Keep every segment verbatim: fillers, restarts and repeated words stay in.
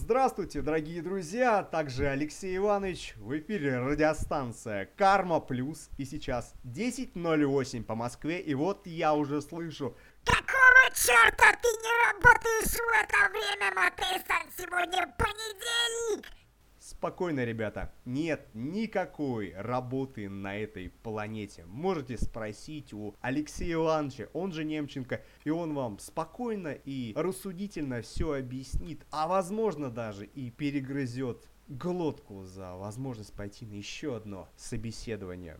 Здравствуйте, дорогие друзья, также Алексей Иванович, в эфире радиостанция Карма Плюс, и сейчас десять ноль восемь по Москве, и вот я уже слышу: какого черта ты не работаешь в это время, Матейсон? Сегодня понедельник! Спокойно, ребята, нет никакой работы на этой планете. Можете спросить у Алексея Ивановича, он же Немченко, и он вам спокойно и рассудительно все объяснит, а возможно даже и перегрызет глотку за возможность пойти на еще одно собеседование.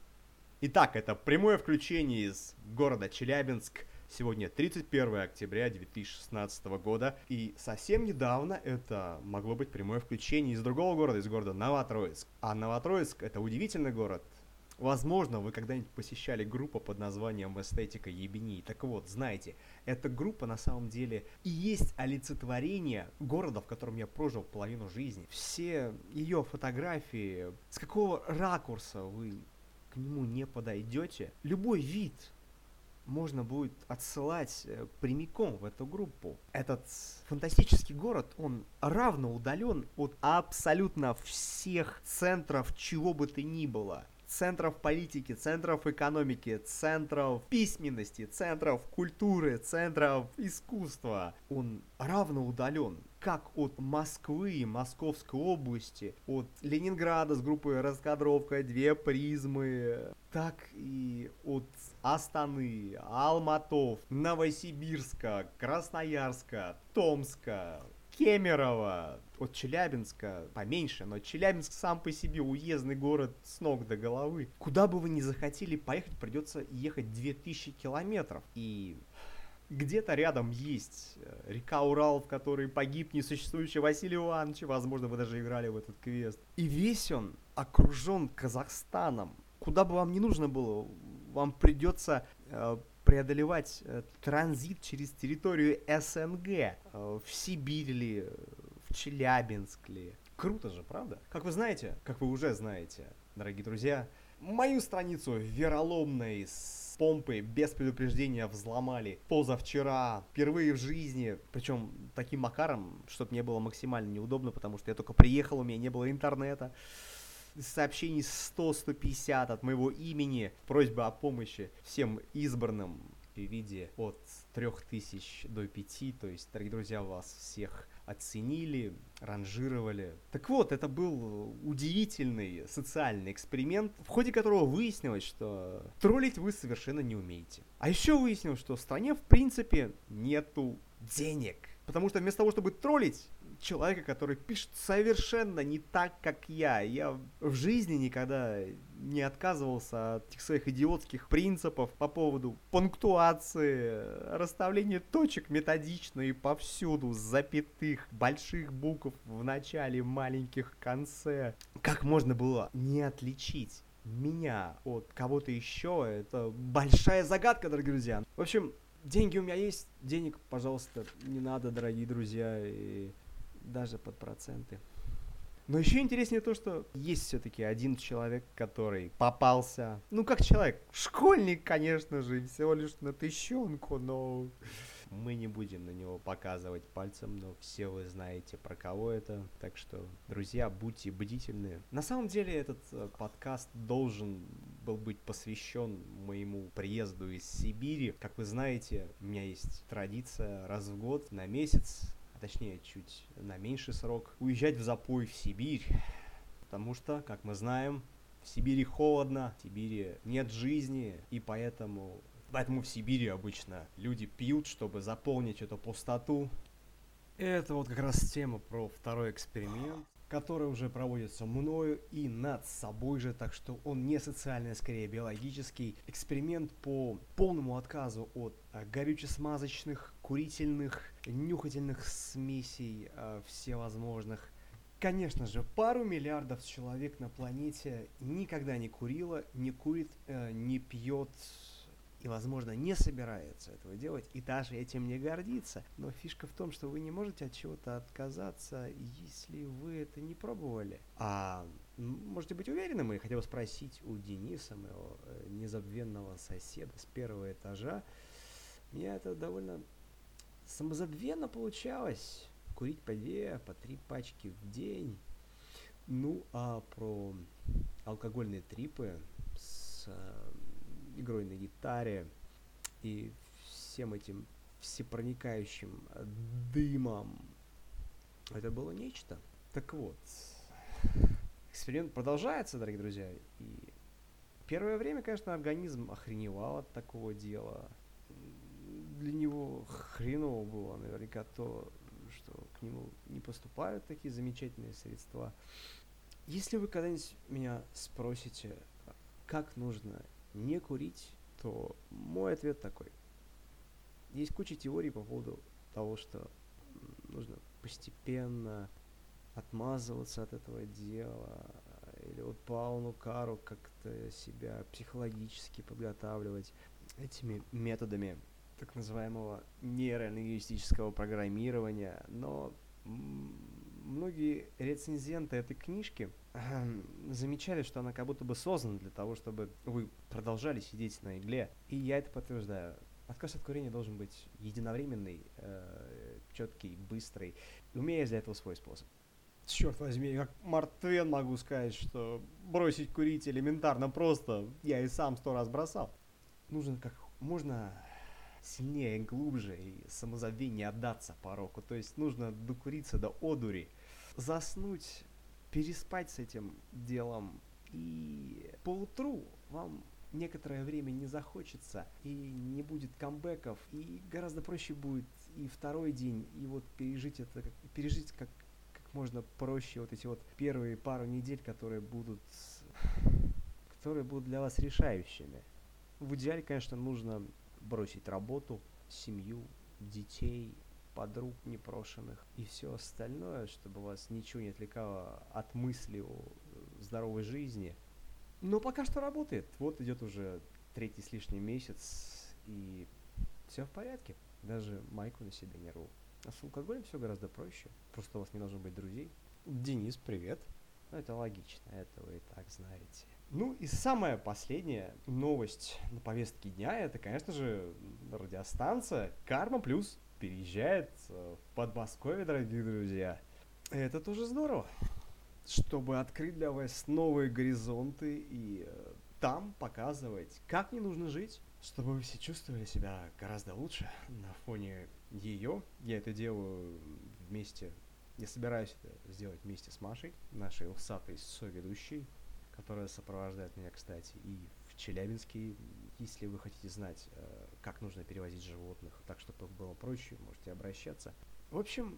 Итак, это прямое включение из города Челябинск. Сегодня тридцать первое октября две тысячи шестнадцатого года, и совсем недавно это могло быть прямое включение из другого города, из города Новотроицк. А Новотроицк — это удивительный город. Возможно, вы когда-нибудь посещали группу под названием «Эстетика Ебени». Так вот, знаете, эта группа на самом деле и есть олицетворение города, в котором я прожил половину жизни. Все ее фотографии, с какого ракурса вы к нему не подойдете, любой вид можно будет отсылать прямиком в эту группу. Этот фантастический город, он равно удален от абсолютно всех центров чего бы то ни было. Центров политики, центров экономики, центров письменности, центров культуры, центров искусства. Он равно удален как от Москвы, Московской области, от Ленинграда с группой «Раскадровка», «Две призмы», так и от Астаны, Алматов, Новосибирска, Красноярска, Томска, Кемерово, от Челябинска поменьше, но Челябинск сам по себе уездный город с ног до головы. Куда бы вы ни захотели поехать, придется ехать две тысячи километров. И где-то рядом есть река Урал, в которой погиб несуществующий Василий Иванович. Возможно, вы даже играли в этот квест. И весь он окружен Казахстаном. Куда бы вам ни нужно было, вам придется э, преодолевать э, транзит через территорию СНГ. Э, в Сибирь ли, в Челябинск ли. Круто же, правда? Как вы знаете, как вы уже знаете, дорогие друзья, мою страницу вероломной с помпой без предупреждения взломали позавчера, впервые в жизни, причем таким макаром, чтобы мне было максимально неудобно, потому что я только приехал, у меня не было интернета. Сообщений сто сто пятьдесят от моего имени, просьба о помощи всем избранным в виде от трех тысяч до пяти, то есть, дорогие друзья, вас всех оценили, ранжировали. Так вот, это был удивительный социальный эксперимент, в ходе которого выяснилось, что троллить вы совершенно не умеете. А еще выяснилось, что в стране в принципе нету денег. Потому что вместо того, чтобы троллить человека, который пишет совершенно не так, как я. Я в жизни никогда не отказывался от этих своих идиотских принципов по поводу пунктуации, расставления точек методично и повсюду, запятых, больших букв в начале, маленьких в конце. Как можно было не отличить меня от кого-то еще? Это большая загадка, дорогие друзья. В общем, деньги у меня есть, денег, пожалуйста, не надо, дорогие друзья, и даже под проценты. Но еще интереснее то, что есть все-таки один человек, который попался, ну как человек, школьник, конечно же, всего лишь на тыщенку, но мы не будем на него показывать пальцем, но все вы знаете, про кого это. Так что, друзья, будьте бдительны. На самом деле этот э, подкаст должен был быть посвящен моему приезду из Сибири. Как вы знаете, у меня есть традиция раз в год на месяц, точнее, чуть на меньший срок, уезжать в запой в Сибирь. Потому что, как мы знаем, в Сибири холодно, в Сибири нет жизни, и поэтому, поэтому в Сибири обычно люди пьют, чтобы заполнить эту пустоту. Это вот как раз тема про второй эксперимент, который уже проводится мною и над собой же, так что он не социальный, а скорее биологический. Эксперимент по полному отказу от а, горюче-смазочных, курительных, нюхательных смесей а, всевозможных. Конечно же, пару миллиардов человек на планете никогда не курило, не курит, э, не пьет и, возможно, не собирается этого делать, и даже этим не гордится. Но фишка в том, что вы не можете от чего-то отказаться, если вы это не пробовали. А можете быть уверенным, и хотел спросить у Дениса, моего незабвенного соседа с первого этажа, у меня это довольно самозабвенно получалось. курить по две, по три пачки в день. Ну, а про алкогольные трипы с э, игрой на гитаре и всем этим всепроникающим дымом, это было нечто. Так вот, эксперимент продолжается, дорогие друзья, и первое время, конечно, организм охреневал от такого дела. Для него хреново было наверняка то, что к нему не поступают такие замечательные средства. Если вы когда-нибудь меня спросите, как нужно не курить, то мой ответ такой. Есть куча теорий по поводу того, что нужно постепенно отмазываться от этого дела, или вот Паулу Кару как-то себя психологически подготавливать этими методами так называемого нейролингвистического программирования, но многие рецензенты этой книжки э, замечали, что она как будто бы создана для того, чтобы вы продолжали сидеть на игле. И я это подтверждаю. Отказ от курения должен быть единовременный, э, четкий, быстрый. У меня есть для этого свой способ. Черт возьми, как Марк Твен могу сказать, что бросить курить элементарно просто. Я и сам сто раз бросал. Нужно как можно сильнее, глубже и самозабвение отдаться пороку. То есть нужно докуриться до одури, заснуть, переспать с этим делом, и поутру вам некоторое время не захочется, и не будет камбэков, и гораздо проще будет и второй день, и вот пережить это, пережить как, как можно проще вот эти вот первые пару недель, которые будут, которые будут для вас решающими. В идеале, конечно, нужно бросить работу, семью, детей, подруг непрошенных и все остальное, чтобы вас ничего не отвлекало от мысли о здоровой жизни. Но пока что работает. Вот идет уже третий с лишним месяц, и все в порядке. Даже майку на себе не рву. А с алкоголем все гораздо проще. Просто у вас не должно быть друзей. Денис, привет. Ну, это логично, это вы и так знаете. Ну и самая последняя новость на повестке дня, это, конечно же, радиостанция Карма Плюс переезжает в Подмосковье, дорогие друзья. Это тоже здорово, чтобы открыть для вас новые горизонты и э, там показывать, как не нужно жить, чтобы вы все чувствовали себя гораздо лучше на фоне ее. Я это делаю вместе, я собираюсь это сделать вместе с Машей, нашей усатой соведущей, которая сопровождает меня, кстати, и в Челябинске. Если вы хотите знать, как нужно перевозить животных так, чтобы было проще, можете обращаться. В общем,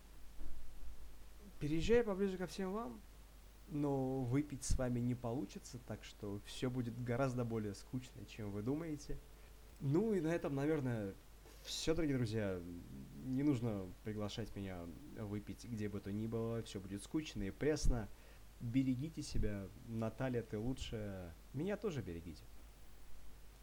переезжая поближе ко всем вам, но выпить с вами не получится, так что все будет гораздо более скучно, чем вы думаете. Ну и на этом, наверное, все, дорогие друзья. Не нужно приглашать меня выпить где бы то ни было, все будет скучно и пресно. Берегите себя, Наталья, ты лучшая. Меня тоже берегите.